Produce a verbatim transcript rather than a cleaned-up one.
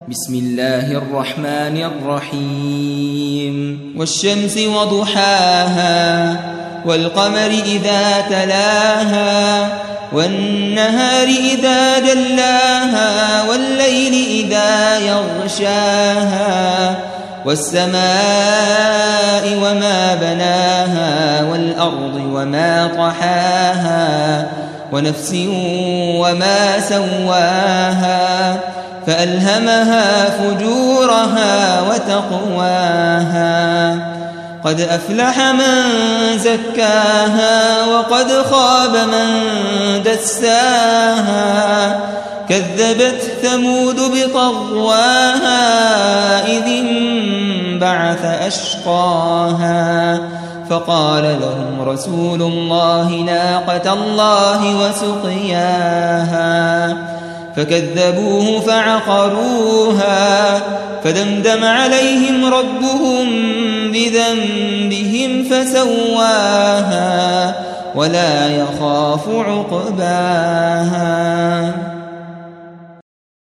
بسم الله الرحمن الرحيم والشمس وضحاها والقمر إذا تلاها والنهار إذا جلاها والليل إذا يغشاها والسماء وما بناها والأرض وما طحاها ونفس وما سواها فألهمها فجورها وتقواها قد أفلح من زكاها وقد خاب من دساها كذبت ثمود بطغواها إذ انبعث أشقاها فقال لهم رسول الله ناقة الله وسقياها فكذبوه فعقروها فدمدم عليهم ربهم بذنبهم فسواها ولا يخاف عقباها.